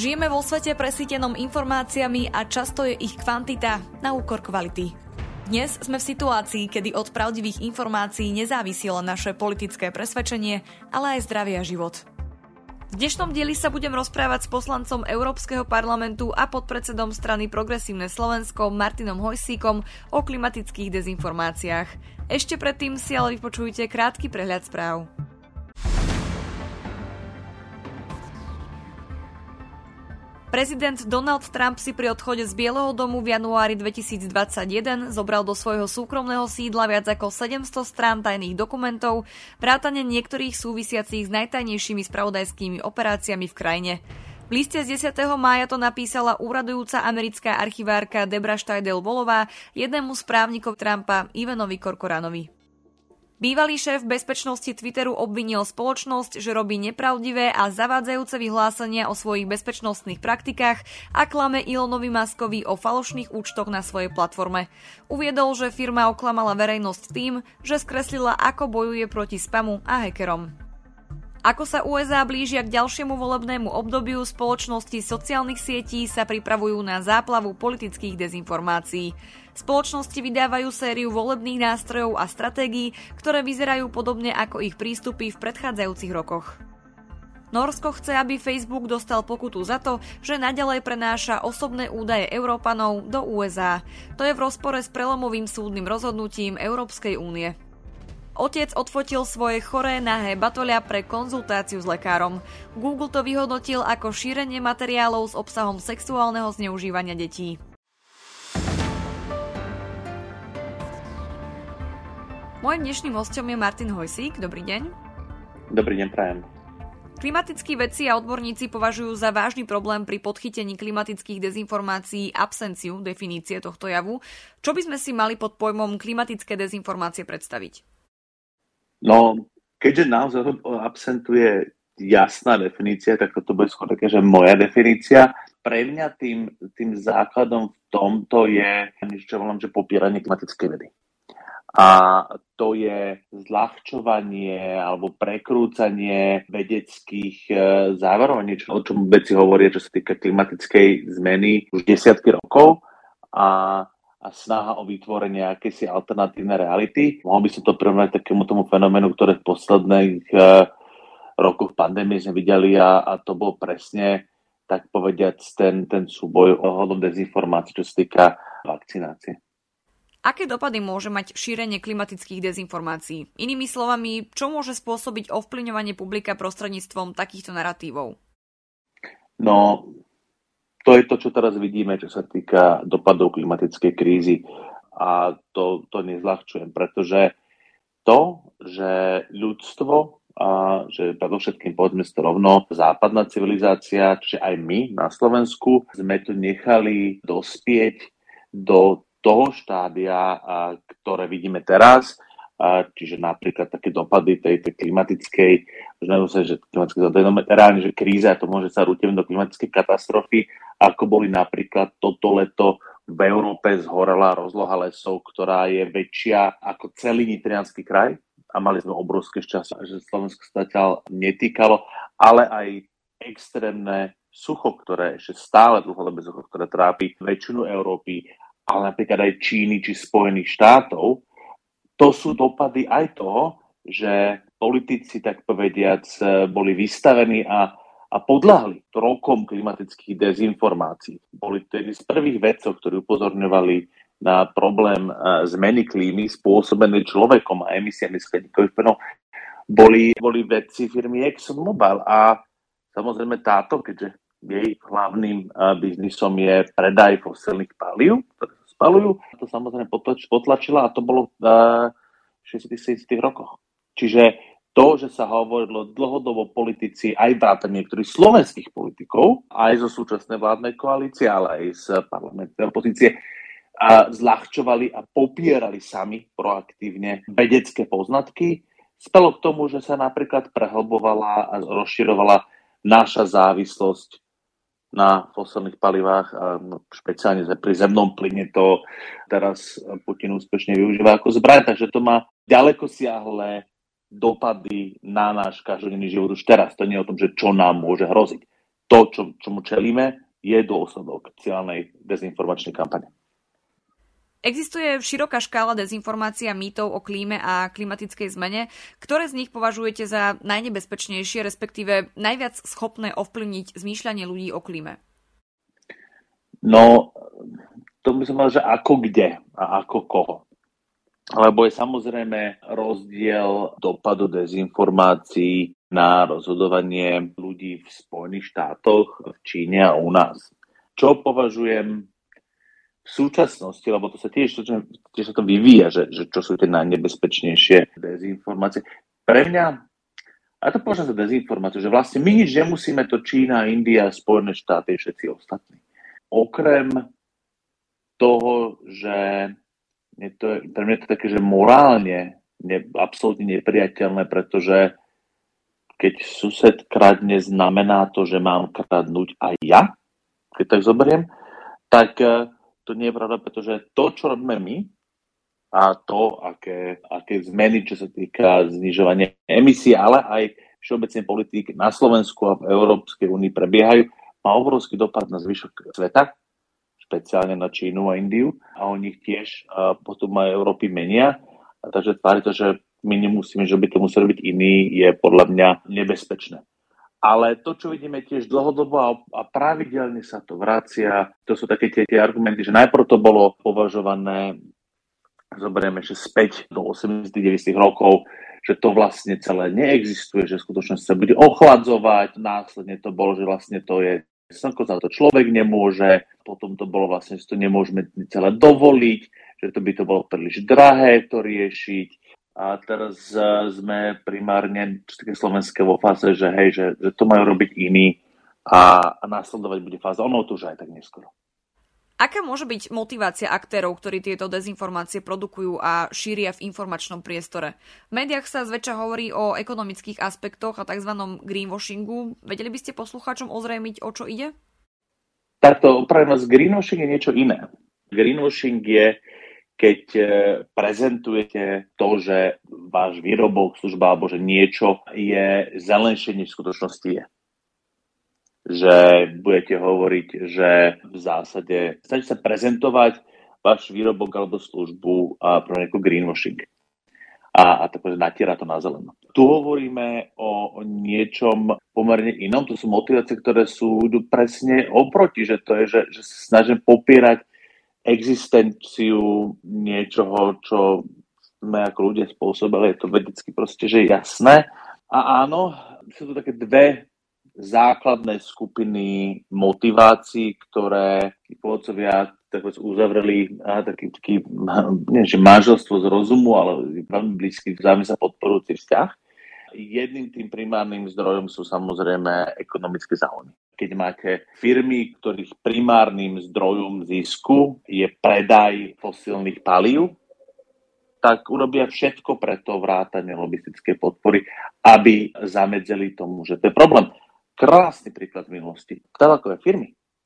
Žijeme vo svete presýtenom informáciami a často je ich kvantita na úkor kvality. Dnes sme v situácii, kedy od pravdivých informácií nezávisí len naše politické presvedčenie, ale aj zdravie a život. V dnešnom dieli sa budem rozprávať s poslancom Európskeho parlamentu a podpredsedom strany Progresívne Slovensko Martinom Hojsíkom o klimatických dezinformáciách. Ešte predtým si ale vypočujte krátky prehľad správ. Prezident Donald Trump si pri odchode z Bieleho domu v januári 2021 zobral do svojho súkromného sídla viac ako 700 strán tajných dokumentov, vrátane niektorých súvisiacich s najtajnejšími spravodajskými operáciami v krajine. V liste z 10. mája to napísala úradujúca americká archivárka Debra Steidel-Wollová jednému z právnikov Trumpa, Ivanovi Corcoranovi. Bývalý šéf bezpečnosti Twitteru obvinil spoločnosť, že robí nepravdivé a zavádzajúce vyhlásenia o svojich bezpečnostných praktikách a klame Elonovi Muskovi o falošných účtoch na svojej platforme. Uviedol, že firma oklamala verejnosť tým, že skreslila, ako bojuje proti spamu a hackerom. Ako sa USA blížia k ďalšiemu volebnému obdobiu, spoločnosti sociálnych sietí sa pripravujú na záplavu politických dezinformácií. Spoločnosti vydávajú sériu volebných nástrojov a stratégií, ktoré vyzerajú podobne ako ich prístupy v predchádzajúcich rokoch. Nórsko chce, aby Facebook dostal pokutu za to, že naďalej prenáša osobné údaje Európanov do USA. To je v rozpore s prelomovým súdnym rozhodnutím Európskej únie. Otec odfotil svoje choré nahé batoľa pre konzultáciu s lekárom. Google to vyhodnotil ako šírenie materiálov s obsahom sexuálneho zneužívania detí. Mojím dnešným hosťom je Martin Hojsík. Dobrý deň. Dobrý deň, prajem. Klimatickí vedci a odborníci považujú za vážny problém pri podchytení klimatických dezinformácií absenciu definície tohto javu. Čo by sme si mali pod pojmom klimatické dezinformácie predstaviť? No, keďže naozaj absentuje jasná definícia, tak toto bude skôr také, že moja definícia. Pre mňa tým základom v tomto je niečo, čo volám, že popieranie klimatickej vedy. A to je zľahčovanie alebo prekrúcanie vedeckých záverov, niečo, o čom vedci hovoria, čo sa týka klimatickej zmeny už desiatky rokov a snaha o vytvorenie akési alternatívnej reality. Mohol by som to prirovnať takému tomu fenoménu, ktoré v posledných rokoch pandémie sme videli a to bol presne, tak povediac, ten súboj ohľadom dezinformácií, čo sa týka vakcinácie. Aké dopady môže mať šírenie klimatických dezinformácií? Inými slovami, čo môže spôsobiť ovplyvňovanie publika prostredníctvom takýchto naratívov? No, to je to, čo teraz vidíme, čo sa týka dopadov klimatickej krízy. A to nezľahčujem, pretože to, že ľudstvo, že predovšetkým povedzme to rovno, západná civilizácia, čiže aj my na Slovensku, sme to nechali dospieť do toho štádia, ktoré vidíme teraz, čiže napríklad také dopady tej klimatickej, že reálne, že kríza, to môže sa rútiť do klimatickej katastrofy, ako boli napríklad toto leto v Európe zhorela rozloha lesov, ktorá je väčšia ako celý nitriansky kraj a mali sme obrovské šťastie, že Slovensko sa zatiaľ netýkalo, ale aj extrémne sucho, ktoré ešte stále dlhodobé sucho, ktoré trápi väčšinu Európy, ale napríklad aj Číny či Spojených štátov, to sú dopady aj toho, že politici, tak povediac, boli vystavení a podľahli rokom klimatických dezinformácií. Boli to jedni z prvých vedcov, ktorí upozorňovali na problém zmeny klímy spôsobený človekom a emisiami skleníkových plynov. Boli vedci firmy ExxonMobil a samozrejme táto, keďže jej hlavným biznisom je predaj fosilných palív, ktoré sa spaľujú. To samozrejme potlačila a to bolo v 60. rokoch. Čiže to, že sa hovorilo dlhodobo politici, aj vrátane niektorých slovenských politikov, aj zo súčasnej vládnej koalície, ale aj z parlamentnej opozície, zľahčovali a popierali sami proaktívne vedecké poznatky, spelo k tomu, že sa napríklad prehlbovala a rozširovala naša závislosť na fosilných palivách, špeciálne pri zemnom plyne to teraz Putin úspešne využíva ako zbraň, takže to má ďalekosiahle dopady na náš každodenný život už teraz. To nie je o tom, že čo nám môže hroziť. to, čomu čelíme, je dôsledok cieľnej dezinformačnej kampane. Existuje široká škála dezinformácií a mýtov o klíme a klimatickej zmene. Ktoré z nich považujete za najnebezpečnejšie, respektíve najviac schopné ovplyvniť zmýšľanie ľudí o klíme? No, to by som povedal, že ako kde a ako koho. Lebo je samozrejme rozdiel dopadu dezinformácií na rozhodovanie ľudí v Spojených štátoch, v Číne a u nás. Čo považujem v súčasnosti, lebo to sa tiež sa to vyvíja, že čo sú tie najnebezpečnejšie dezinformácie. Pre mňa, a to považujem za dezinformáciu, že vlastne my nič nemusíme, to Čína, India, Spojené štáty, všetci ostatní. Okrem toho, že pre mňa je to také, že morálne absolútne nepriateľné, pretože keď sused kradne, znamená to, že mám kradnúť aj ja, keď tak zoberiem, tak to nie je pravda, pretože to, čo robíme my a to, aké zmeny, čo sa týka znižovania emisí, ale aj všeobecnej politiky na Slovensku a v Európskej únii prebiehajú, má obrovský dopad na zvyšok sveta, špeciálne na Čínu a Indiu a oni ich tiež potom aj Európy menia. A takže tvári to, že my nemusíme, že by to musel robiť iný, je podľa mňa nebezpečné. Ale to, čo vidíme tiež dlhodobo a pravidelne sa to vracia, to sú také tie argumenty, že najprv to bolo považované, zoberieme, že späť do 80. 90. rokov, že to vlastne celé neexistuje, že v skutočnosti sa bude ochladzovať, následne to bolo, že vlastne to je slnko, za to človek nemôže, potom to bolo vlastne, že to nemôžeme celé dovoliť, že to by to bolo príliš drahé to riešiť. A teraz sme primárne také slovenské vo fáze, že hej, že to majú robiť iní a nasledovať bude fáza. Ono to už aj tak neskoro. Aká môže byť motivácia aktérov, ktorí tieto dezinformácie produkujú a šíria v informačnom priestore? V médiách sa zväčša hovorí o ekonomických aspektoch a tzv. Greenwashingu. Vedeli by ste poslucháčom ozrejmiť, o čo ide? Takto, opravím vás, greenwashing je niečo iné. Greenwashing je, keď prezentujete to, že váš výrobok, služba alebo že niečo je zelenšie, než v skutočnosti je. Že budete hovoriť, že v zásade chcete sa prezentovať váš výrobok alebo službu pre nejakú greenwashing. A tak natiera to na zeleno. Tu hovoríme o niečom pomerne inom. To sú motivácie, ktoré sú presne oproti, že to je, že sa snažím popierať existenciu niečoho, čo sme ako ľudia spôsobili, je to vedecky proste, že je jasné. A áno, sú to také dve základné skupiny motivácií, ktoré pôvodcovia uzavreli taký manželstvo z rozumu, ale veľmi blízky, vzájomne sa podporujúci vzťah. Jedným tým primárnym zdrojom sú samozrejme ekonomické záujmy. Keď máte firmy, ktorých primárnym zdrojom zisku je predaj fosílnych palív, tak urobia všetko preto vrátane lobistickej podpory, aby zamedzili tomu, že to je problém. Krásny príklad v minulosti. Tabakové firmy.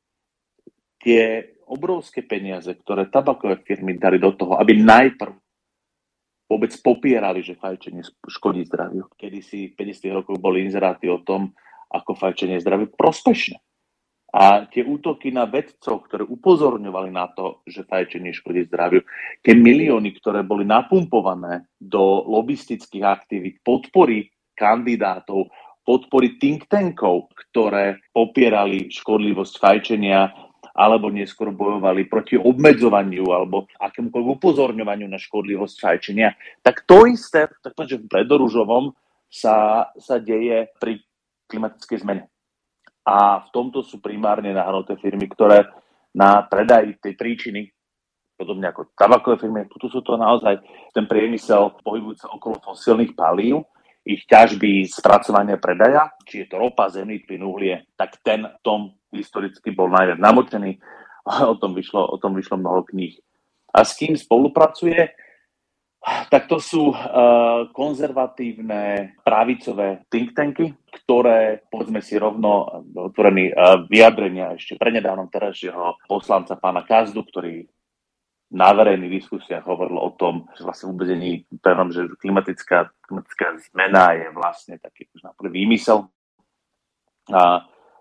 Tie obrovské peniaze, ktoré tabakové firmy dali do toho, aby najprv vôbec popierali, že fajčenie škodí zdraviu. Kedysi v 50. rokoch boli inzeráty o tom, ako fajčenie je zdraviu prospešné. A tie útoky na vedcov, ktoré upozorňovali na to, že fajčenie škodí zdraviu, tie milióny, ktoré boli napumpované do lobistických aktivít, podpory kandidátov, podpory think tankov, ktoré popierali škodlivosť fajčenia, alebo neskôr bojovali proti obmedzovaniu alebo akémukoľvek upozorňovaniu na škodlivosť fajčenia. Tak to isté, takže v Bledoružovom sa deje pri klimatickej zmene. A v tomto sú primárne nahnuté firmy, ktoré na predaj tej príčiny, podobne ako tabakové firmy, tu sú to naozaj ten priemysel pohybujúci okolo fosílnych palív, ich ťažby, spracovania, predaja, či je to ropa, zemný plyn, uhlie, tak ten tom historicky bol najviac namočený. O tom vyšlo mnoho kníh. A s kým spolupracuje? Tak to sú konzervatívne pravicové think tanky, ktoré, povedzme si rovno, otvorení vyjadrenia ešte prednedávnom terajšieho poslanca pána Kazdu, ktorý na verejných diskusiách hovoril o tom, že vlastne vôbec nie je pevnom, že klimatická zmena je vlastne taký výmysel. Tak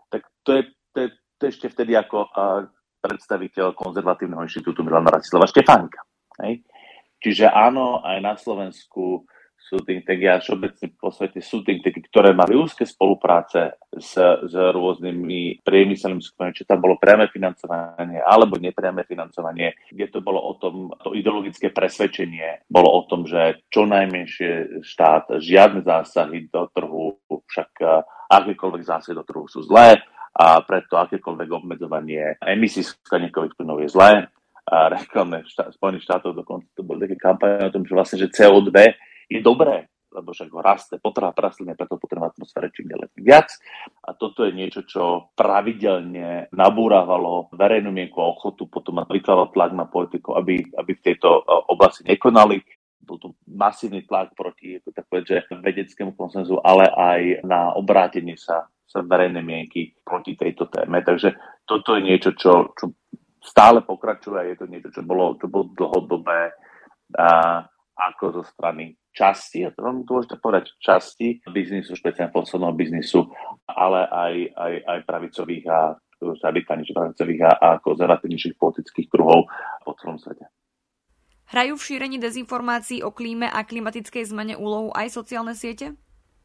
To je ešte vtedy ako predstaviteľ konzervatívneho inštitútu Milana Ratislava Štefánika. Hej? Čiže áno, aj na Slovensku sú think tanky a všeobecne po svete sú think tanky, ktoré mali úzke spolupráce s rôznymi priemyselnými skupinami, či tam bolo priame financovanie alebo nepriame financovanie, kde to bolo o tom, to ideologické presvedčenie bolo o tom, že čo najmenšie štát, žiadne zásahy do trhu, však akékoľvek zásahy do trhu sú zlé a preto akékoľvek obmedzovanie emisí skleníkových plynov je zlé. A reklamné Spojených štátov dokonca to boli také kampane o tom, že vlastne, že CO2 je dobré, lebo však ho rastie, potrvá rastliny, preto potrebuje atmosfére čím ďalej viac. A toto je niečo, čo pravidelne nabúravalo verejnú mienku a ochotu potom vytvárať tlak na politiku, aby v tejto oblasti nekonali. Bol tu masívny tlak proti vedeckému konsenzu, ale aj na obrátenie sa verejnej mienky proti tejto téme. Takže toto je niečo, čo stále pokračuje a je to niečo, čo bolo dlhodobé ako zo strany časti, a to vám dôležité povedať, časti biznisu, špeciálne posledného biznisu, ale aj pravicových a radikálnejších pravicových a konzervatívnejších politických kruhov po celom svete. Hrajú v šírení dezinformácií o klíme a klimatickej zmene úlohu aj sociálne siete?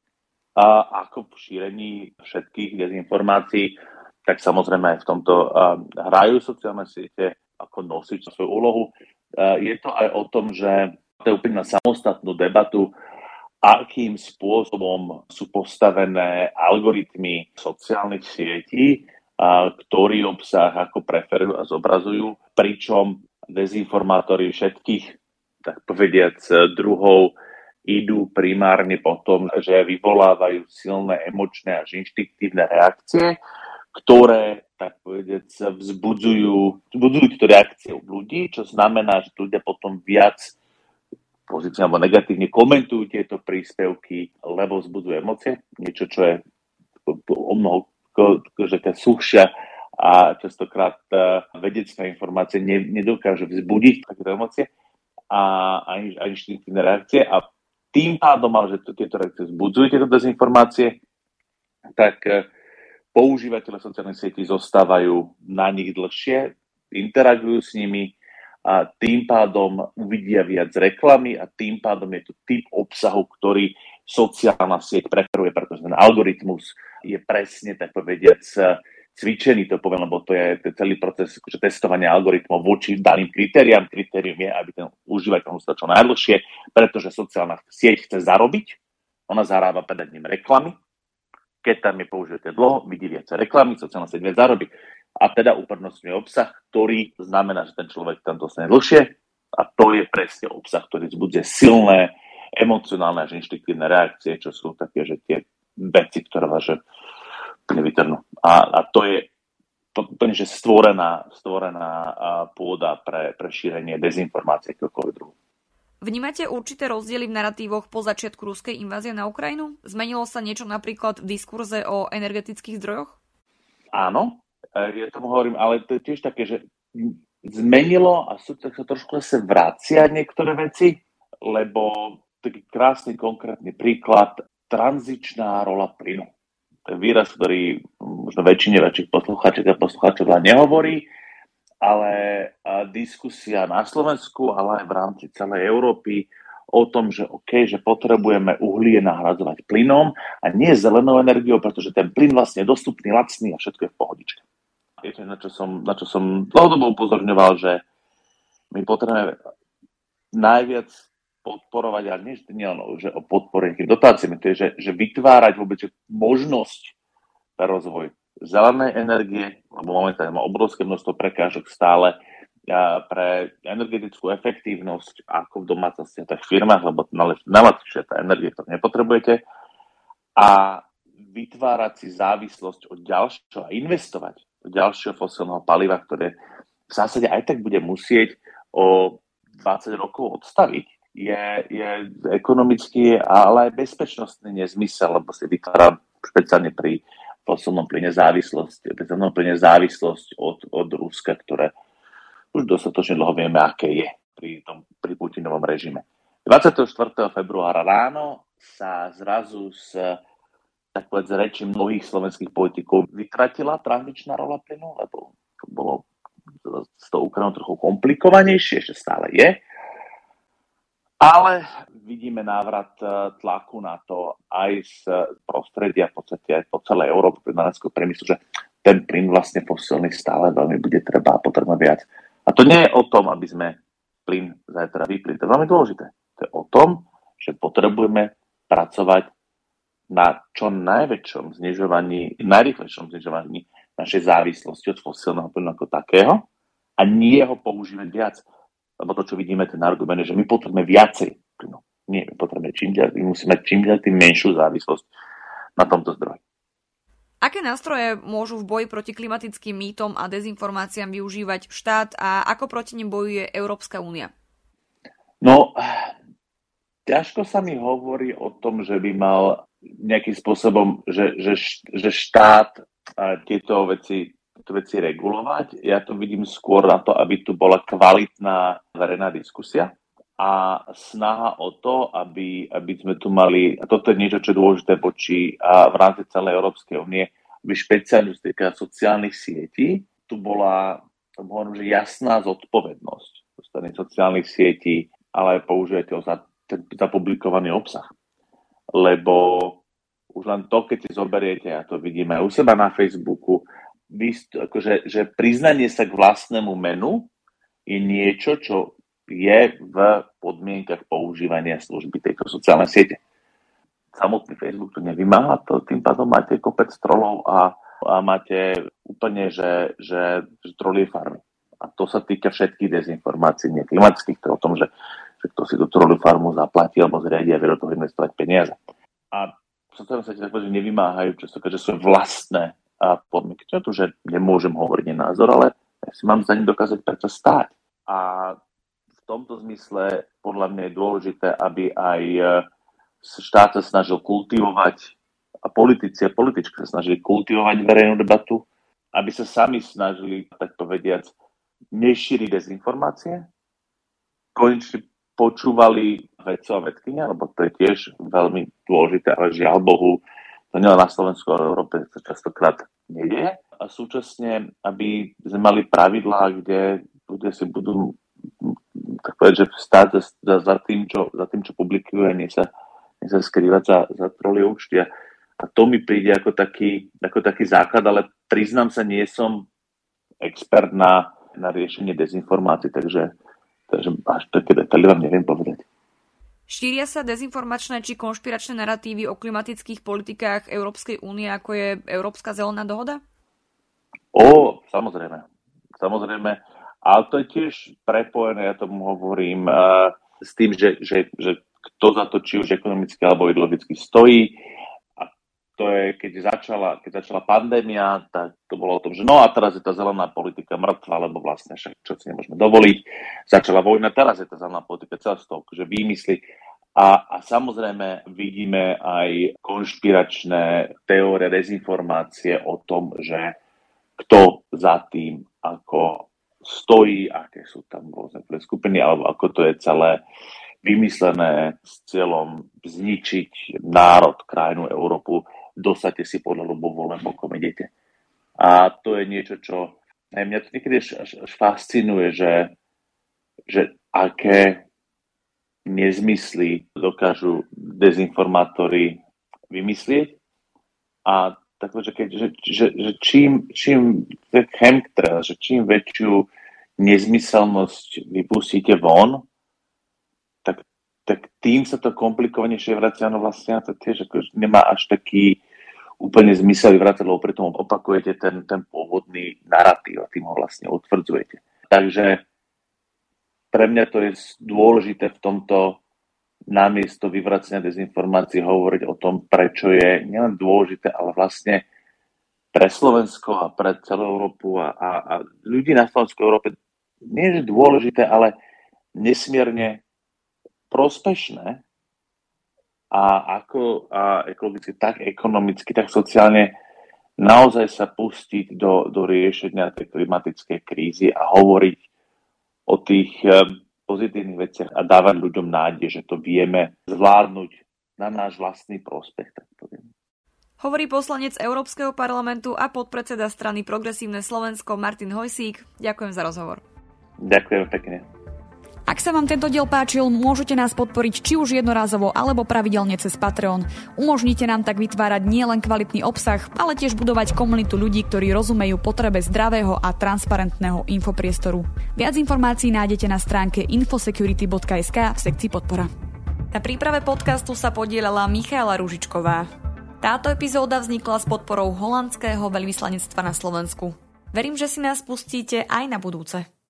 Ako v šírení všetkých dezinformácií, tak samozrejme aj v tomto hrajú sociálne siete ako nosič svoju úlohu. Je to aj o tom, že to je úplne na samostatnú debatu, akým spôsobom sú postavené algoritmy sociálnych sietí, ktorý obsah ako preferujú a zobrazujú, pričom dezinformátori všetkých, tak povediac, druhov idú primárne po tom, že vyvolávajú silné emočné až inštinktívne reakcie, ktoré, tak povediac, vzbudzujú tieto reakcie u ľudí, čo znamená, že ľudia potom viac pozitívne alebo negatívne komentujú tieto príspevky, lebo vzbudzujú emócie. Niečo, čo je o mnoho suchšia a častokrát vedecká informácia nedokáže vzbudiť takéto emócie a inštinktívne reakcie. A tým pádom, ale že tieto reakcie vzbudzujú tieto dezinformácie, tak používateľe sociálnych sietí zostávajú na nich dlhšie, interagujú s nimi, a tým pádom uvidia viac reklamy a tým pádom je to typ obsahu, ktorý sociálna sieť preferuje, pretože ten algoritmus je presne, tak povediac, cvičený, to poviem, lebo to je celý proces testovania algoritmov voči daným kritériám. Kritérium je, aby ten užívateľ ustal čo najdlhšie, pretože sociálna sieť chce zarobiť, ona zarába pred ním reklamy. Keď tam je použijete dlho, vidí viacej reklamy, sociálna sieť vie zarobiť. A teda uprednostňuje obsah, ktorý znamená, že ten človek tam dostane dlhšie a to je presne obsah, ktorý vzbudzuje silné, emocionálne až inštinktívne reakcie, čo sú také, že tie veci, ktoré vás vytrhnú. A to je úplne, že stvorená pôda pre šírenie dezinformácie akéhokoľvek druhu. Vnímate určité rozdiely v naratívoch po začiatku ruskej invázie na Ukrajinu? Zmenilo sa niečo napríklad v diskurze o energetických zdrojoch? Áno. Ja tomu hovorím, ale to je tiež také, že zmenilo a sú tak sa trošku zase vracia niektoré veci, lebo taký krásny konkrétny príklad, tranzičná rola plynu. To je výraz, ktorý možno väčšine väčších poslucháčov nehovorí, ale diskusia na Slovensku, ale aj v rámci celej Európy o tom, že že potrebujeme uhlie nahradzovať plynom a nie zelenou energiou, pretože ten plyn vlastne je dostupný, lacný a všetko je v pohodičke. Viete, na čo som dlhodobo upozorňoval, že my potrebujeme najviac podporovať, ale nie že o podpore nejakým dotáciami, to je, že vytvárať vôbec možnosť pre rozvoj zelenej energie, lebo momentálne má obrovské množstvo prekážok stále pre energetickú efektívnosť ako v domácnosti, tak v firmách, lebo najlacnejšia tá energie, ktorú nepotrebujete, a vytvárať si závislosť od ďalšieho a investovať do ďalšieho fosilného paliva, ktoré v zásade aj tak bude musieť o 20 rokov odstaviť, je ekonomický, ale aj bezpečnostný nezmysel, lebo si vytvára špeciálne pri fosilnom plyne závislosť od Ruska, ktoré už dostatočne dlho vieme, aké je pri Putinovom režime. 24. februára ráno sa zrazu z tak povedz reči mnohých slovenských politikov vytratila tranzičná rola plynu, lebo to bolo s tou Ukrajinou trochu komplikovanejšie, ešte stále je. Ale vidíme návrat tlaku na to aj z prostredia, v podstate aj po celej Európe, plynárenského priemyslu, že ten plyn vlastne fosilný stále veľmi bude treba a potrebné viac. A to nie je o tom, aby sme plyn zajtra vypli. To je veľmi dôležité. To je o tom, že potrebujeme pracovať na čo najväčšom znižovaní, najrýchlejšom znižovaní našej závislosti od fosilného plynu ako takého a nie ho používať viac. Lebo to, čo vidíme, ten argument je, že my potrebujeme viacej plynu. Nie, my musíme mať čím ďalej tým menšiu závislosť na tomto zdroji. Aké nástroje môžu v boji proti klimatickým mýtom a dezinformáciám využívať štát a ako proti nim bojuje Európska únia? No, ťažko sa mi hovorí o tom, že by mal nejakým spôsobom, že štát tieto veci regulovať. Ja to vidím skôr na to, aby tu bola kvalitná verejná diskusia a snaha o to, aby sme tu mali, a toto je niečo, čo je dôležité v rámci celej Európskej únie, aby špeciálne z týka sociálnych sietí tu bola, hovorím, že jasná zodpovednosť zo strany sociálnych sietí, ale aj použijete ho za publikovaný obsah. Lebo už len to, keď si zoberiete, ja to vidím aj u seba na Facebooku, že priznanie sa k vlastnému menu je niečo, čo je v podmienkach používania služby tejto sociálnej siete. Samotný Facebook to nevymáha, to tým pádom máte kopec trolov a máte úplne, že trolie farmy. A to sa týka všetkých dezinformácií, nie klimatických, to je o tom, že kto si tú troliu farmu zaplatí alebo zriadi a vie do toho investovať peniaze. A sociálne siete tak povedať, že nevymáhajú častokrát, že sú vlastné podmienky. To je to, že nemôžem hovoriť názor, ale ja si mám za ním dokázať preto stáť. A v tomto zmysle podľa mňa je dôležité, aby aj štát sa snažil kultivovať a politici a političky sa snažili kultivovať verejnú debatu, aby sa sami snažili, tak povediac, nešíriť dezinformácie, konečne počúvali vedcov a vedkyne, lebo to je tiež veľmi dôležité, ale žiaľ Bohu, to nielen na Slovensku, ale v Európe sa častokrát nedieje. A súčasne, aby sme mali pravidlá, kde ľudia si budú tak povedať, že stáť za tým, čo publikujú a nie sa skrývať za trolie účty. A to mi príde ako taký základ, ale priznám sa, nie som expert na riešenie dezinformácií, takže až také detaily vám neviem povedať. Šíria sa dezinformačné či konšpiračné naratívy o klimatických politikách Európskej únie, ako je Európska zelená dohoda? Samozrejme. Ale to je tiež prepojené, ja tomu hovorím, s tým, že kto za to či už ekonomicky alebo ideologicky stojí. A to je, keď začala pandémia, tak to bolo o tom, že no a teraz je tá zelená politika mŕtva, lebo vlastne však čo si nemôžeme dovoliť. Začala vojna, teraz je tá zelená politika celá z toho, že výmysly. A samozrejme vidíme aj konšpiračné teórie, dezinformácie o tom, že kto za tým, ako stojí, aké sú tam rôzne skupiny, alebo ako to je celé vymyslené s cieľom zničiť národ, krajinu, Európu, dosaďte si podľa ľubovoľa, bokom idete. A to je niečo, čo mňa to niekedy až fascinuje, že aké nezmysly dokážu dezinformátori vymyslieť a takže že čím chemtrail, že čím väčšiu nezmyselnosť vypustíte von, tak tým sa to komplikovanejšie vracia, no vlastne to tiež ako, nemá až taký úplne zmysel vyvracať, lebo pri tom opakujete ten pôvodný narratív a tým ho vlastne utvrdzujete. Takže pre mňa to je dôležité v tomto namiesto vyvracenia dezinformácií hovoriť o tom, prečo je nielen dôležité, ale vlastne pre Slovensko a pre celú Európu a ľudí na Slovensku Európe nie je dôležité, ale nesmierne prospešné a ekologicky, tak ekonomicky, tak sociálne naozaj sa pustiť do riešenia tej klimatickej krízy a hovoriť o tých pozitívnych veciach a dávať ľuďom nádej, že to vieme zvládnuť na náš vlastný prospech, tak poviem. Hovorí poslanec Európskeho parlamentu a podpredseda strany Progresívne Slovensko Martin Hojsík. Ďakujem za rozhovor. Ďakujem pekne. Ak sa vám tento diel páčil, môžete nás podporiť či už jednorázovo alebo pravidelne cez Patreon. Umožnite nám tak vytvárať nielen kvalitný obsah, ale tiež budovať komunitu ľudí, ktorí rozumejú potrebe zdravého a transparentného infopriestoru. Viac informácií nájdete na stránke infosecurity.sk v sekcii podpora. Na príprave podcastu sa podieľala Michaela Ružičková. Táto epizóda vznikla s podporou holandského veľvyslanectva na Slovensku. Verím, že si nás pustíte aj na budúce.